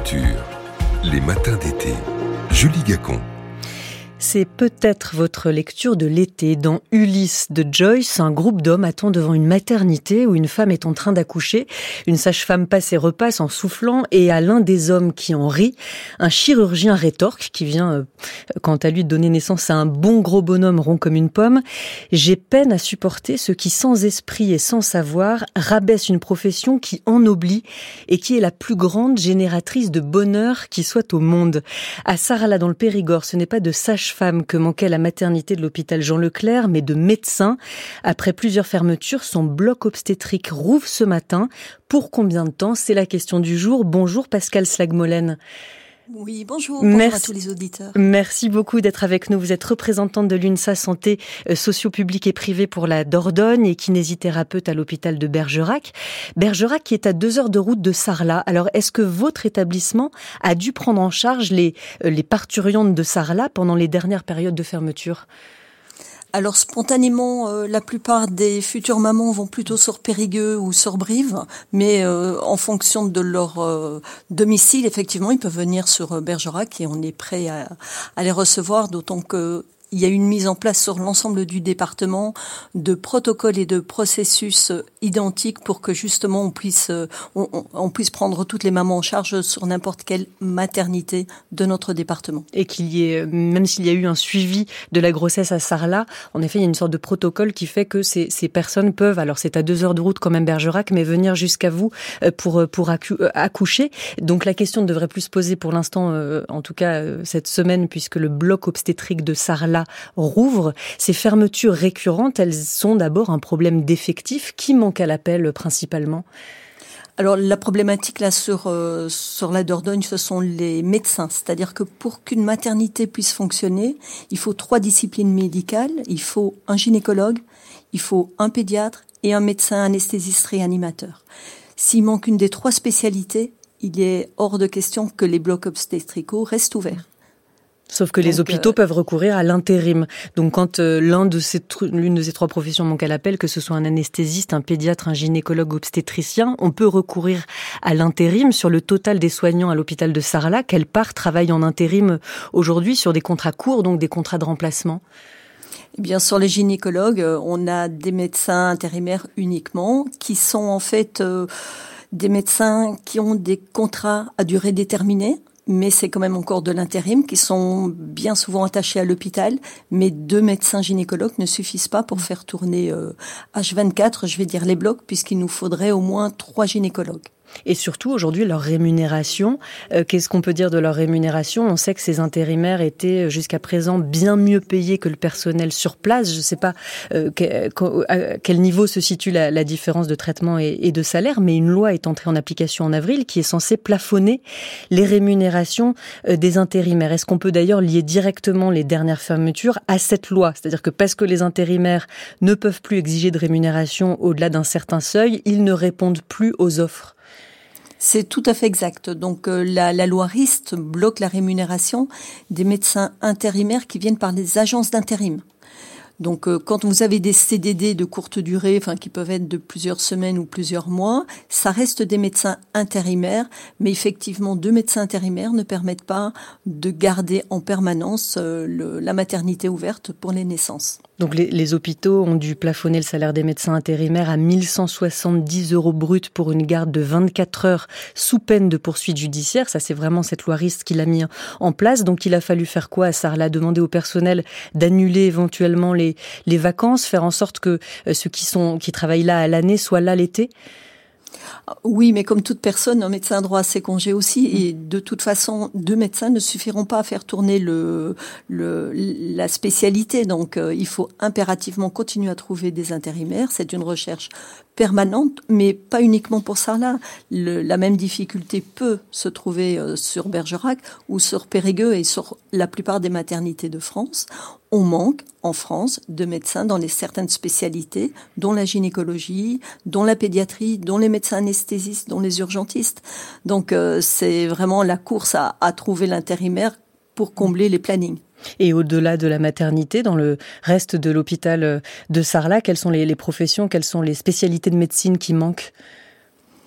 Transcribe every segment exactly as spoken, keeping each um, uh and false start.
Culture, les matins d'été. Julie Gacon. C'est peut-être votre lecture de l'été. Dans Ulysse de Joyce, un groupe d'hommes attend devant une maternité où une femme est en train d'accoucher. Une sage-femme passe et repasse en soufflant et à l'un des hommes qui en rit, un chirurgien rétorque qui vient, euh, quant à lui, donner naissance à un bon gros bonhomme rond comme une pomme. J'ai peine à supporter ceux qui, sans esprit et sans savoir, rabaissent une profession qui ennoblit et qui est la plus grande génératrice de bonheur qui soit au monde. À Sarlat, dans le Périgord, ce n'est pas de sage femme que manquait la maternité de l'hôpital Jean Leclerc, mais de médecins. Après plusieurs fermetures, son bloc obstétrique rouvre ce matin. Pour combien de temps ? C'est la question du jour. Bonjour Pascale Slagmolen. Oui, bonjour, bonjour Merci. à tous les auditeurs. Merci beaucoup d'être avec nous. Vous êtes représentante de l'UNSA Santé socio-publique et privée pour la Dordogne et kinésithérapeute à l'hôpital de Bergerac. Bergerac qui est à deux heures de route de Sarlat. Alors, est-ce que votre établissement a dû prendre en charge les, les parturientes de Sarlat pendant les dernières périodes de fermeture ? Alors spontanément, euh, la plupart des futures mamans vont plutôt sur Périgueux ou sur Brive, mais euh, en fonction de leur euh, domicile, effectivement, ils peuvent venir sur euh, Bergerac et on est prêt à, à les recevoir, d'autant que il y a une mise en place sur l'ensemble du département de protocoles et de processus identiques pour que justement on puisse on, on puisse prendre toutes les mamans en charge sur n'importe quelle maternité de notre département. Et qu'il y ait, même s'il y a eu un suivi de la grossesse à Sarlat, en effet, il y a une sorte de protocole qui fait que ces, ces personnes peuvent, alors c'est à deux heures de route quand même Bergerac, mais venir jusqu'à vous pour pour accoucher. Donc la question ne devrait plus se poser pour l'instant, en tout cas cette semaine, puisque le bloc obstétrique de Sarlat rouvre. Ces fermetures récurrentes, elles sont d'abord un problème d'effectifs. Qui manque à l'appel principalement ? Alors la problématique là sur euh, sur la Dordogne, ce sont les médecins. C'est-à-dire que pour qu'une maternité puisse fonctionner, il faut trois disciplines médicales. Il faut un gynécologue, il faut un pédiatre et un médecin anesthésiste réanimateur. S'il manque une des trois spécialités, il est hors de question que les blocs obstétricaux restent ouverts. Sauf que Donc, les hôpitaux euh... peuvent recourir à l'intérim. Donc quand euh, l'un de ces tr- l'une de ces trois professions manque à l'appel, que ce soit un anesthésiste, un pédiatre, un gynécologue obstétricien, on peut recourir à l'intérim. Sur le total des soignants à l'hôpital de Sarlat, quelle part travaille en intérim aujourd'hui sur des contrats courts, donc des contrats de remplacement ? Eh bien, sur les gynécologues, on a des médecins intérimaires uniquement, qui sont en fait euh, des médecins qui ont des contrats à durée déterminée. Mais c'est quand même encore de l'intérim, qui sont bien souvent attachés à l'hôpital. Mais deux médecins gynécologues ne suffisent pas pour faire tourner euh, H vingt-quatre, je vais dire les blocs, puisqu'il nous faudrait au moins trois gynécologues. Et surtout, aujourd'hui, leur rémunération, euh, qu'est-ce qu'on peut dire de leur rémunération ? On sait que ces intérimaires étaient jusqu'à présent bien mieux payés que le personnel sur place. Je ne sais pas euh, que, à quel niveau se situe la, la différence de traitement et, et de salaire, mais une loi est entrée en application en avril qui est censée plafonner les rémunérations euh, des intérimaires. Est-ce qu'on peut d'ailleurs lier directement les dernières fermetures à cette loi ? C'est-à-dire que parce que les intérimaires ne peuvent plus exiger de rémunération au-delà d'un certain seuil, ils ne répondent plus aux offres. C'est tout à fait exact. Donc euh, la, la loi RIST bloque la rémunération des médecins intérimaires qui viennent par les agences d'intérim. Donc euh, quand vous avez des C D D de courte durée, enfin qui peuvent être de plusieurs semaines ou plusieurs mois, ça reste des médecins intérimaires, mais effectivement deux médecins intérimaires ne permettent pas de garder en permanence euh, le, la maternité ouverte pour les naissances. Donc les, les hôpitaux ont dû plafonner le salaire des médecins intérimaires à mille cent soixante-dix euros bruts pour une garde de vingt-quatre heures sous peine de poursuite judiciaire. Ça, c'est vraiment cette loi RIST qui l'a mis en place. Donc il a fallu faire quoi à Sarlat ? Demander au personnel d'annuler éventuellement les, les vacances, faire en sorte que euh, ceux qui, sont, qui travaillent là à l'année soient là l'été ? Oui, mais comme toute personne, un médecin a droit à ses congés aussi. Et de toute façon, deux médecins ne suffiront pas à faire tourner le, le, la spécialité. Donc, euh, il faut impérativement continuer à trouver des intérimaires. C'est une recherche permanente, mais pas uniquement pour ça là. Le, la même difficulté peut se trouver euh, sur Bergerac ou sur Périgueux et sur la plupart des maternités de France. On manque en France de médecins dans les certaines spécialités, dont la gynécologie, dont la pédiatrie, dont les médecins anesthésistes, dont les urgentistes. Donc euh, c'est vraiment la course à, à trouver l'intérimaire pour combler les plannings. Et au-delà de la maternité, dans le reste de l'hôpital de Sarlat, quelles sont les, les professions, quelles sont les spécialités de médecine qui manquent ?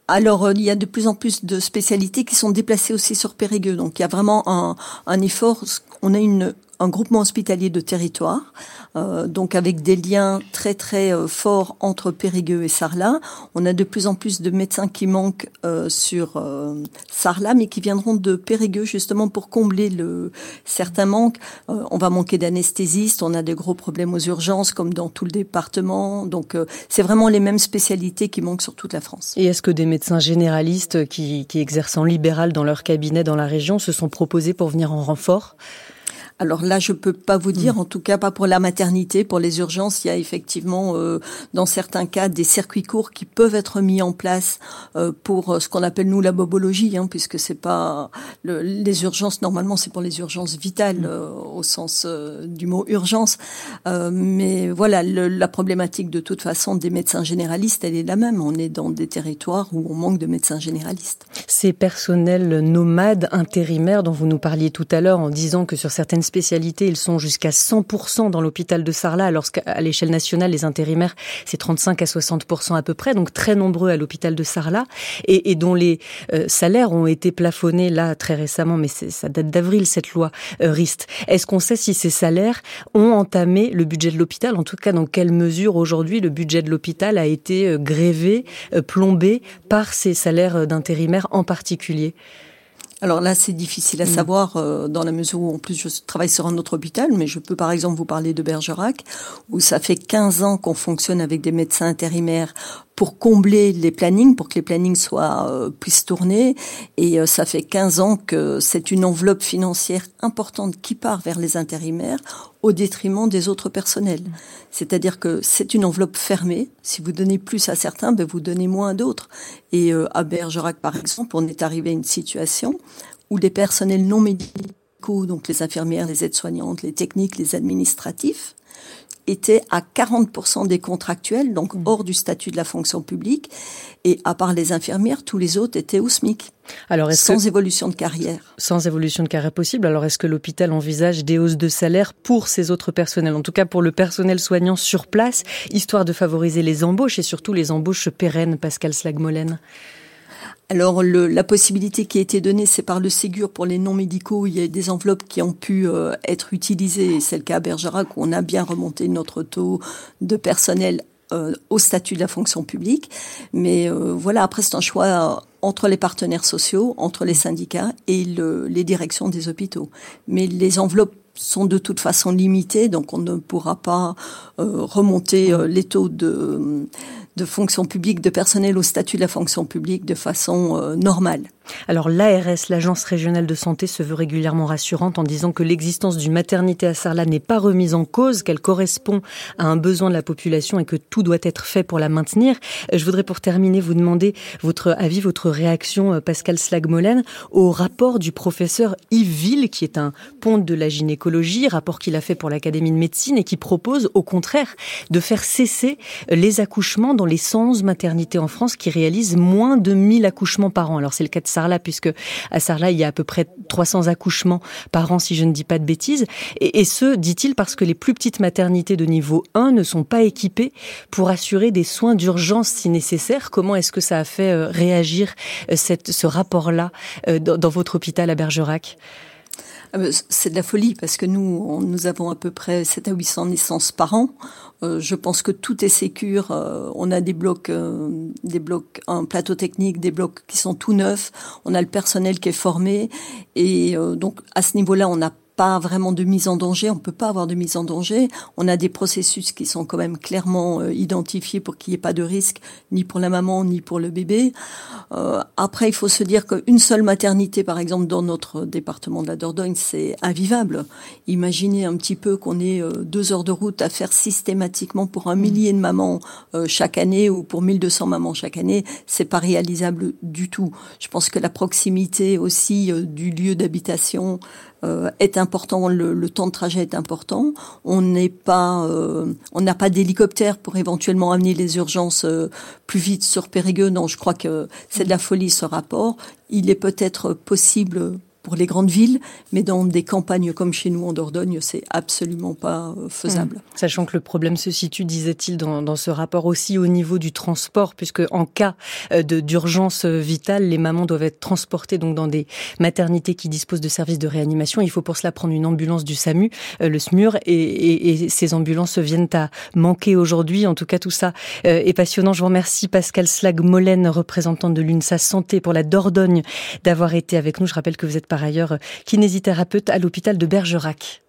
Alors, il y a de plus en plus de spécialités qui sont déplacées aussi sur Périgueux. Donc, il y a vraiment un, un effort. On a une, un groupement hospitalier de territoire, euh, donc avec des liens très très euh, forts entre Périgueux et Sarlat. On a de plus en plus de médecins qui manquent euh, sur euh, Sarlat, mais qui viendront de Périgueux justement pour combler le certains manques. Euh, on va manquer d'anesthésistes, on a des gros problèmes aux urgences comme dans tout le département. Donc, euh, c'est vraiment les mêmes spécialités qui manquent sur toute la France. Et est-ce que des médecins généralistes qui, qui exercent en libéral dans leur cabinet dans la région se sont proposés pour venir en renfort ? Alors là, je peux pas vous dire, en tout cas pas pour la maternité, pour les urgences, il y a effectivement euh, dans certains cas des circuits courts qui peuvent être mis en place euh, pour ce qu'on appelle nous la bobologie, hein, puisque c'est pas le, les urgences normalement c'est pour les urgences vitales euh, au sens euh, du mot urgence. Euh, mais voilà, le, la problématique de toute façon des médecins généralistes, elle est la même. On est dans des territoires où on manque de médecins généralistes. Ces personnels nomades, intérimaires dont vous nous parliez tout à l'heure en disant que sur certaines spécialités, ils sont jusqu'à cent pour cent dans l'hôpital de Sarlat, alors qu'à l'échelle nationale, les intérimaires, c'est trente-cinq à soixante pour cent à peu près, donc très nombreux à l'hôpital de Sarlat, et, et dont les euh, salaires ont été plafonnés là très récemment, mais c'est, ça date d'avril cette loi euh, Rist. Est-ce qu'on sait si ces salaires ont entamé le budget de l'hôpital? En tout cas, dans quelle mesure aujourd'hui le budget de l'hôpital a été euh, grévé, euh, plombé par ces salaires d'intérimaires en particulier? Alors là, c'est difficile à savoir euh, dans la mesure où, en plus, je travaille sur un autre hôpital, mais je peux par exemple vous parler de Bergerac, où ça fait quinze ans qu'on fonctionne avec des médecins intérimaires pour combler les plannings, pour que les plannings soient euh, puissent tourner. Et euh, ça fait quinze ans que c'est une enveloppe financière importante qui part vers les intérimaires au détriment des autres personnels. C'est-à-dire que c'est une enveloppe fermée. Si vous donnez plus à certains, ben vous donnez moins à d'autres. Et euh, à Bergerac, par exemple, on est arrivé à une situation où les personnels non médicaux, donc les infirmières, les aides-soignantes, les techniques, les administratifs, étaient à quarante pour cent des contractuels, donc hors du statut de la fonction publique. Et à part les infirmières, tous les autres étaient au SMIC. Alors, est-ce sans que, évolution de carrière. Sans évolution de carrière possible. Alors, est-ce que l'hôpital envisage des hausses de salaire pour ces autres personnels, en tout cas pour le personnel soignant sur place, histoire de favoriser les embauches et surtout les embauches pérennes, Pascale Slagmolen? Alors, le, la possibilité qui a été donnée, c'est par le Ségur pour les non-médicaux. Il y a des enveloppes qui ont pu euh, être utilisées. Et c'est le cas à Bergerac où on a bien remonté notre taux de personnel euh, au statut de la fonction publique. Mais euh, voilà, après, c'est un choix euh, entre les partenaires sociaux, entre les syndicats et le, les directions des hôpitaux. Mais les enveloppes sont de toute façon limitées, donc on ne pourra pas euh, remonter euh, les taux de... de fonction publique, de personnel au statut de la fonction publique de façon euh, normale. Alors l'A R S, l'Agence régionale de santé, se veut régulièrement rassurante en disant que l'existence d'une maternité à Sarlat n'est pas remise en cause, qu'elle correspond à un besoin de la population et que tout doit être fait pour la maintenir. Je voudrais pour terminer vous demander votre avis, votre réaction, Pascale Slagmolen, au rapport du professeur Yves Ville, qui est un ponte de la gynécologie, rapport qu'il a fait pour l'Académie de médecine et qui propose au contraire de faire cesser les accouchements dans les cent onze maternités en France qui réalisent moins de mille accouchements par an. Alors c'est le cas de Sarlat, puisque à Sarlat, il y a à peu près trois cents accouchements par an, si je ne dis pas de bêtises. Et, et ce, dit-il, parce que les plus petites maternités de niveau un ne sont pas équipées pour assurer des soins d'urgence si nécessaire. Comment est-ce que ça a fait euh, réagir euh, cette, ce rapport-là euh, dans, dans votre hôpital à Bergerac ? C'est de la folie parce que nous, on, nous avons à peu près sept à huit cents naissances par an. Euh, je pense que tout est sécure. Euh, on a des blocs, euh, des blocs, un plateau technique, des blocs qui sont tout neufs. On a le personnel qui est formé et euh, donc à ce niveau-là, on n'a pas vraiment de mise en danger, on peut pas avoir de mise en danger. On a des processus qui sont quand même clairement euh, identifiés pour qu'il n'y ait pas de risque, ni pour la maman, ni pour le bébé. Euh, après, il faut se dire qu'une seule maternité, par exemple, dans notre département de la Dordogne, c'est invivable. Imaginez un petit peu qu'on ait euh, deux heures de route à faire systématiquement pour un millier de mamans euh, chaque année ou pour mille deux cents mamans chaque année, c'est pas réalisable du tout. Je pense que la proximité aussi euh, du lieu d'habitation Euh, est important, le, le temps de trajet est important. On n'est pas, euh, on n'a pas d'hélicoptère pour éventuellement amener les urgences euh, plus vite sur Périgueux. Non, je crois que c'est de la folie ce rapport. Il est peut-être possible pour les grandes villes, mais dans des campagnes comme chez nous en Dordogne, c'est absolument pas euh, faisable. Mmh. Sachant que le problème se situe, disait-il, dans, dans ce rapport aussi au niveau du transport, puisque en cas de, d'urgence vitale, les mamans doivent être transportées donc dans des maternités qui disposent de services de réanimation. Il faut pour cela prendre une ambulance du SAMU, euh, le SMUR, et, et, et ces ambulances viennent à manquer aujourd'hui. En tout cas, tout ça euh, est passionnant. Je vous remercie, Pascale Slag-Molène, représentante de l'UNSA Santé pour la Dordogne, d'avoir été avec nous. Je rappelle que vous êtes par ailleurs kinésithérapeute à l'hôpital de Bergerac.